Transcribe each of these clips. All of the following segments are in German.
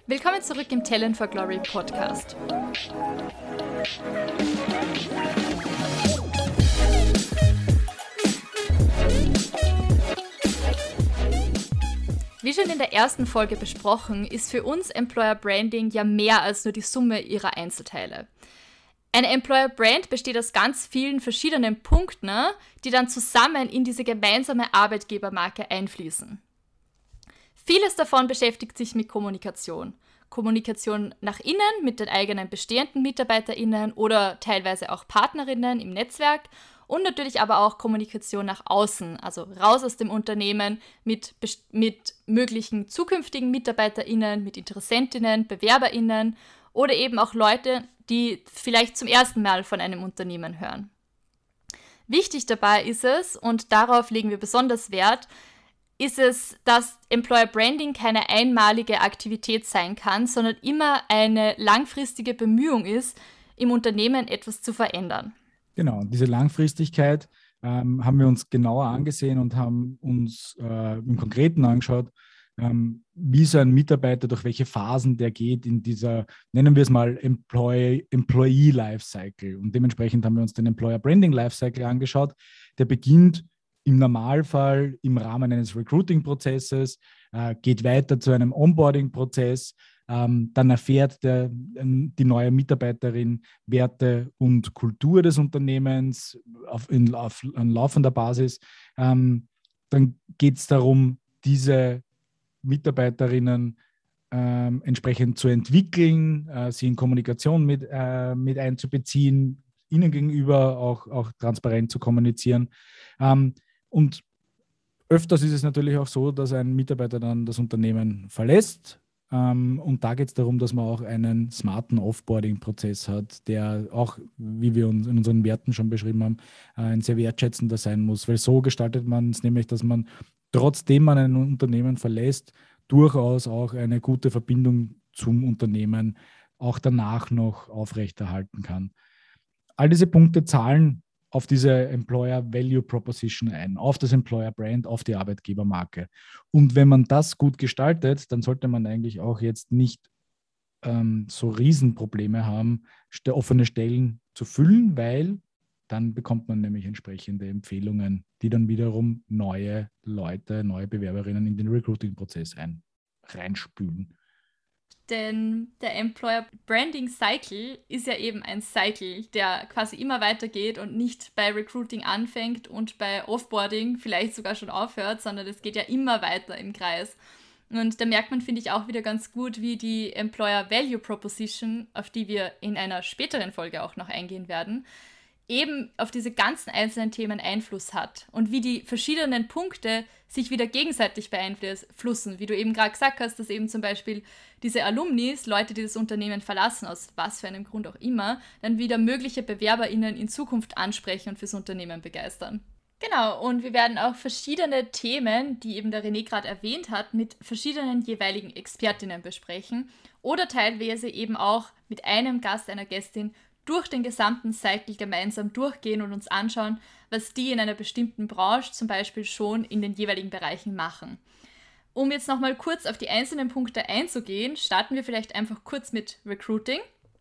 Willkommen zurück im Talent for Glory Podcast. Wie schon in der ersten Folge besprochen, ist für uns Employer Branding ja mehr als nur die Summe ihrer Einzelteile. Eine Employer Brand besteht aus ganz vielen verschiedenen Punkten, die dann zusammen in diese gemeinsame Arbeitgebermarke einfließen. Vieles davon beschäftigt sich mit Kommunikation. Kommunikation nach innen mit den eigenen bestehenden MitarbeiterInnen oder teilweise auch PartnerInnen im Netzwerk und natürlich aber auch Kommunikation nach außen, also raus aus dem Unternehmen mit möglichen zukünftigen MitarbeiterInnen, mit InteressentInnen, BewerberInnen oder eben auch Leute, die vielleicht zum ersten Mal von einem Unternehmen hören. Wichtig dabei ist es, und darauf legen wir besonders Wert, ist es, dass Employer Branding keine einmalige Aktivität sein kann, sondern immer eine langfristige Bemühung ist, im Unternehmen etwas zu verändern. Genau, diese Langfristigkeit haben wir uns genauer angesehen und haben uns im Konkreten angeschaut, wie so ein Mitarbeiter, durch welche Phasen der geht in dieser, nennen wir es mal, Employee Lifecycle. Und dementsprechend haben wir uns den Employer Branding Lifecycle angeschaut. Der beginnt im Normalfall im Rahmen eines Recruiting-Prozesses, geht weiter zu einem Onboarding-Prozess, dann erfährt die neue Mitarbeiterin Werte und Kultur des Unternehmens auf laufender Basis. Dann geht es darum, diese Mitarbeiterinnen entsprechend zu entwickeln, sie in Kommunikation mit einzubeziehen, ihnen gegenüber auch transparent zu kommunizieren. Und öfters ist es natürlich auch so, dass ein Mitarbeiter dann das Unternehmen verlässt. Und da geht es darum, dass man auch einen smarten Offboarding-Prozess hat, der auch, wie wir uns in unseren Werten schon beschrieben haben, ein sehr wertschätzender sein muss. Weil so gestaltet man es nämlich, dass man, trotzdem man ein Unternehmen verlässt, durchaus auch eine gute Verbindung zum Unternehmen auch danach noch aufrechterhalten kann. All diese Punkte zahlen auf diese Employer Value Proposition ein, auf das Employer Brand, auf die Arbeitgebermarke. Und wenn man das gut gestaltet, dann sollte man eigentlich auch jetzt nicht so Riesenprobleme haben, offene Stellen zu füllen, weil dann bekommt man nämlich entsprechende Empfehlungen, die dann wiederum neue Leute, neue Bewerberinnen in den Recruiting-Prozess reinspülen. Denn der Employer Branding Cycle ist ja eben ein Cycle, der quasi immer weitergeht und nicht bei Recruiting anfängt und bei Offboarding vielleicht sogar schon aufhört, sondern es geht ja immer weiter im Kreis. Und da merkt man, finde ich, auch wieder ganz gut, wie die Employer Value Proposition, auf die wir in einer späteren Folge auch noch eingehen werden, eben auf diese ganzen einzelnen Themen Einfluss hat und wie die verschiedenen Punkte sich wieder gegenseitig beeinflussen. Wie du eben gerade gesagt hast, dass eben zum Beispiel diese Alumnis, Leute, die das Unternehmen verlassen, aus was für einem Grund auch immer, dann wieder mögliche BewerberInnen in Zukunft ansprechen und fürs Unternehmen begeistern. Genau, und wir werden auch verschiedene Themen, die eben der René gerade erwähnt hat, mit verschiedenen jeweiligen ExpertInnen besprechen oder teilweise eben auch mit einem Gast, einer Gästin durch den gesamten Cycle gemeinsam durchgehen und uns anschauen, was die in einer bestimmten Branche zum Beispiel schon in den jeweiligen Bereichen machen. Um jetzt nochmal kurz auf die einzelnen Punkte einzugehen, starten wir vielleicht einfach kurz mit Recruiting.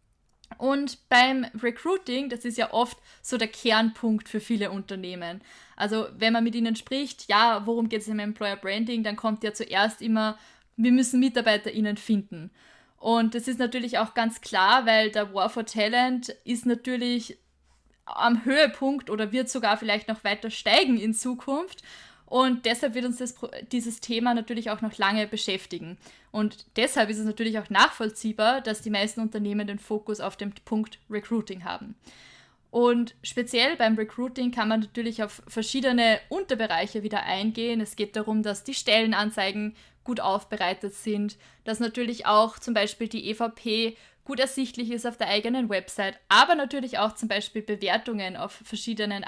Und beim Recruiting, das ist ja oft so der Kernpunkt für viele Unternehmen. Also wenn man mit ihnen spricht, ja, worum geht es im Employer Branding, dann kommt ja zuerst immer, wir müssen MitarbeiterInnen finden. Und das ist natürlich auch ganz klar, weil der War for Talent ist natürlich am Höhepunkt oder wird sogar vielleicht noch weiter steigen in Zukunft. Und deshalb wird uns dieses Thema natürlich auch noch lange beschäftigen. Und deshalb ist es natürlich auch nachvollziehbar, dass die meisten Unternehmen den Fokus auf den Punkt Recruiting haben. Und speziell beim Recruiting kann man natürlich auf verschiedene Unterbereiche wieder eingehen. Es geht darum, dass die Stellenanzeigen gut aufbereitet sind, dass natürlich auch zum Beispiel die EVP gut ersichtlich ist auf der eigenen Website, aber natürlich auch zum Beispiel Bewertungen auf verschiedenen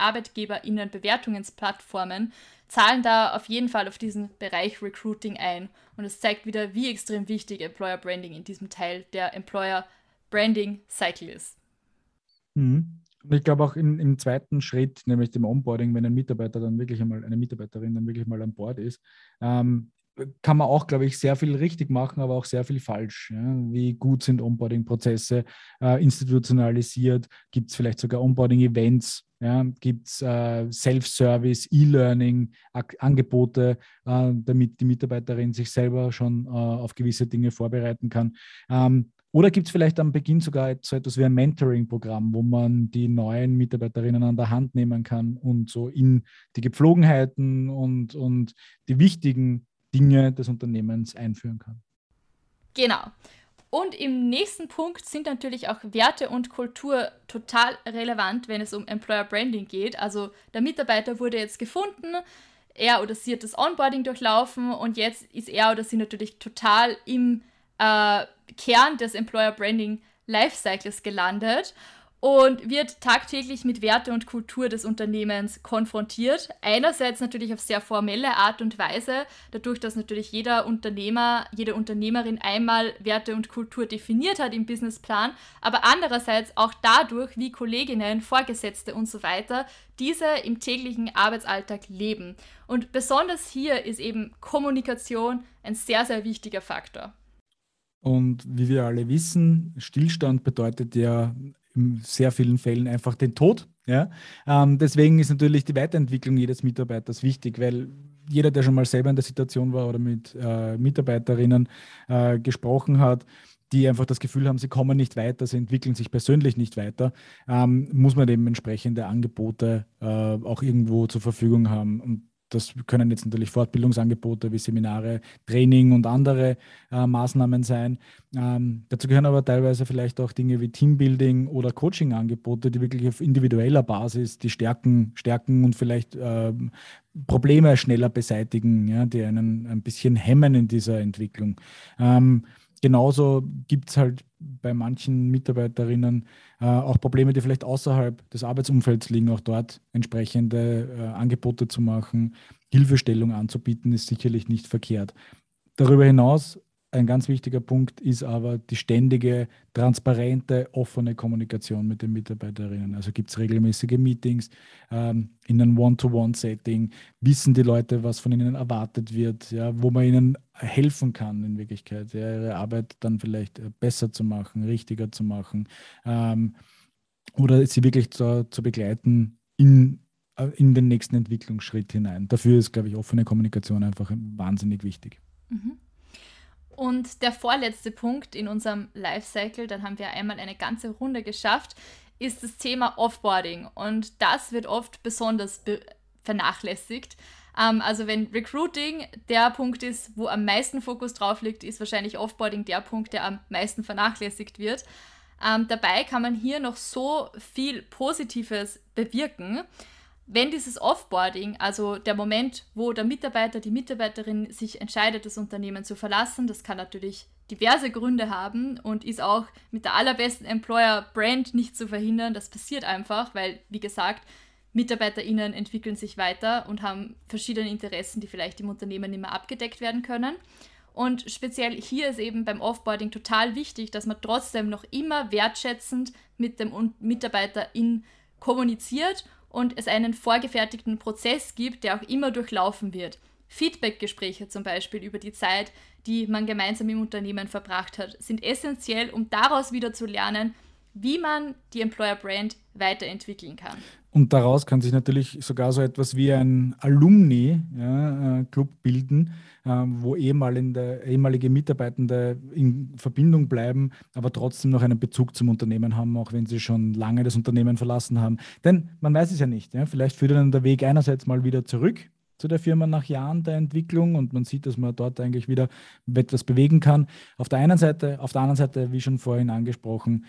ArbeitgeberInnen-Bewertungsplattformen zahlen da auf jeden Fall auf diesen Bereich Recruiting ein. Und es zeigt wieder, wie extrem wichtig Employer Branding in diesem Teil der Employer Branding Cycle ist. Und ich glaube auch im zweiten Schritt, nämlich dem Onboarding, wenn ein Mitarbeiter dann wirklich einmal, eine Mitarbeiterin dann wirklich mal an Bord ist, kann man auch, glaube ich, sehr viel richtig machen, aber auch sehr viel falsch. Ja? Wie gut sind Onboarding-Prozesse institutionalisiert? Gibt es vielleicht sogar Onboarding-Events? Ja? Gibt es Self-Service, E-Learning-Angebote, damit die Mitarbeiterin sich selber schon auf gewisse Dinge vorbereiten kann? Oder gibt es vielleicht am Beginn sogar so etwas wie ein Mentoring-Programm, wo man die neuen Mitarbeiterinnen an der Hand nehmen kann und so in die Gepflogenheiten und die wichtigen Dinge des Unternehmens einführen kann? Genau. Und im nächsten Punkt sind natürlich auch Werte und Kultur total relevant, wenn es um Employer Branding geht. Also der Mitarbeiter wurde jetzt gefunden, er oder sie hat das Onboarding durchlaufen und jetzt ist er oder sie natürlich total im Kern des Employer Branding Lifecycles gelandet und wird tagtäglich mit Werte und Kultur des Unternehmens konfrontiert. Einerseits natürlich auf sehr formelle Art und Weise, dadurch, dass natürlich jeder Unternehmer, jede Unternehmerin einmal Werte und Kultur definiert hat im Businessplan, aber andererseits auch dadurch, wie Kolleginnen, Vorgesetzte und so weiter diese im täglichen Arbeitsalltag leben. Und besonders hier ist eben Kommunikation ein sehr, sehr wichtiger Faktor. Und wie wir alle wissen, Stillstand bedeutet ja in sehr vielen Fällen einfach den Tod. Ja? Deswegen ist natürlich die Weiterentwicklung jedes Mitarbeiters wichtig, weil jeder, der schon mal selber in der Situation war oder mit Mitarbeiterinnen gesprochen hat, die einfach das Gefühl haben, sie kommen nicht weiter, sie entwickeln sich persönlich nicht weiter, muss man eben entsprechende Angebote auch irgendwo zur Verfügung haben. Und das können jetzt natürlich Fortbildungsangebote wie Seminare, Training und andere Maßnahmen sein. Dazu gehören aber teilweise vielleicht auch Dinge wie Teambuilding oder Coaching-Angebote, die wirklich auf individueller Basis die Stärken und vielleicht Probleme schneller beseitigen, ja, die einen ein bisschen hemmen in dieser Entwicklung. Genauso gibt es halt bei manchen Mitarbeiterinnen auch Probleme, die vielleicht außerhalb des Arbeitsumfelds liegen, auch dort entsprechende Angebote zu machen. Hilfestellung anzubieten, ist sicherlich nicht verkehrt. Darüber hinaus, ein ganz wichtiger Punkt ist aber die ständige, transparente, offene Kommunikation mit den Mitarbeiterinnen. Also gibt es regelmäßige Meetings in einem One-to-One-Setting, wissen die Leute, was von ihnen erwartet wird, ja, wo man ihnen helfen kann in Wirklichkeit, ja, ihre Arbeit dann vielleicht besser zu machen, richtiger zu machen oder sie wirklich zu begleiten in den nächsten Entwicklungsschritt hinein. Dafür ist, glaube ich, offene Kommunikation einfach wahnsinnig wichtig. Mhm. Und der vorletzte Punkt in unserem Lifecycle, dann haben wir einmal eine ganze Runde geschafft, ist das Thema Offboarding. Und das wird oft besonders vernachlässigt. Also wenn Recruiting der Punkt ist, wo am meisten Fokus drauf liegt, ist wahrscheinlich Offboarding der Punkt, der am meisten vernachlässigt wird. Dabei kann man hier noch so viel Positives bewirken. Wenn dieses Offboarding, also der Moment, wo der Mitarbeiter, die Mitarbeiterin sich entscheidet, das Unternehmen zu verlassen, das kann natürlich diverse Gründe haben und ist auch mit der allerbesten Employer-Brand nicht zu verhindern. Das passiert einfach, weil, wie gesagt, MitarbeiterInnen entwickeln sich weiter und haben verschiedene Interessen, die vielleicht im Unternehmen nicht mehr abgedeckt werden können. Und speziell hier ist eben beim Offboarding total wichtig, dass man trotzdem noch immer wertschätzend mit dem MitarbeiterIn kommuniziert und es einen vorgefertigten Prozess gibt, der auch immer durchlaufen wird. Feedback-Gespräche zum Beispiel über die Zeit, die man gemeinsam im Unternehmen verbracht hat, sind essentiell, um daraus wieder zu lernen, wie man die Employer Brand weiterentwickeln kann. Und daraus kann sich natürlich sogar so etwas wie ein Alumni-Club bilden, wo ehemalige Mitarbeitende in Verbindung bleiben, aber trotzdem noch einen Bezug zum Unternehmen haben, auch wenn sie schon lange das Unternehmen verlassen haben. Denn man weiß es ja nicht. Ja? Vielleicht führt dann der Weg einerseits mal wieder zurück zu der Firma nach Jahren der Entwicklung und man sieht, dass man dort eigentlich wieder etwas bewegen kann. Auf der einen Seite, auf der anderen Seite, wie schon vorhin angesprochen,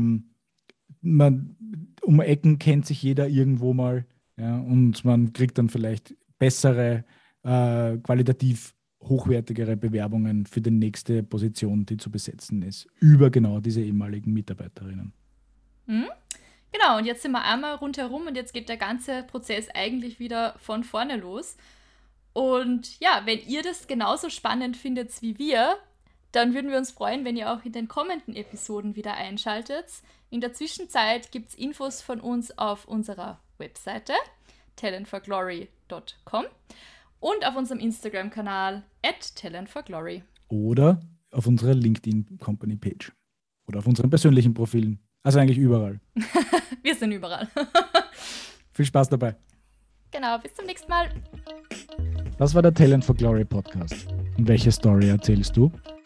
um Ecken kennt sich jeder irgendwo mal, ja, und man kriegt dann vielleicht bessere, qualitativ hochwertigere Bewerbungen für die nächste Position, die zu besetzen ist, über genau diese ehemaligen Mitarbeiterinnen. Genau, und jetzt sind wir einmal rundherum und jetzt geht der ganze Prozess eigentlich wieder von vorne los. Und ja, wenn ihr das genauso spannend findet wie wir, dann würden wir uns freuen, wenn ihr auch in den kommenden Episoden wieder einschaltet. In der Zwischenzeit gibt es Infos von uns auf unserer Webseite talentforglory.com Und auf unserem Instagram-Kanal @talentforglory. Oder auf unserer LinkedIn Company Page. Oder auf unseren persönlichen Profilen. Also eigentlich überall. Wir sind überall. Viel Spaß dabei. Genau, bis zum nächsten Mal. Das war der Talent for Glory Podcast. Und welche Story erzählst du?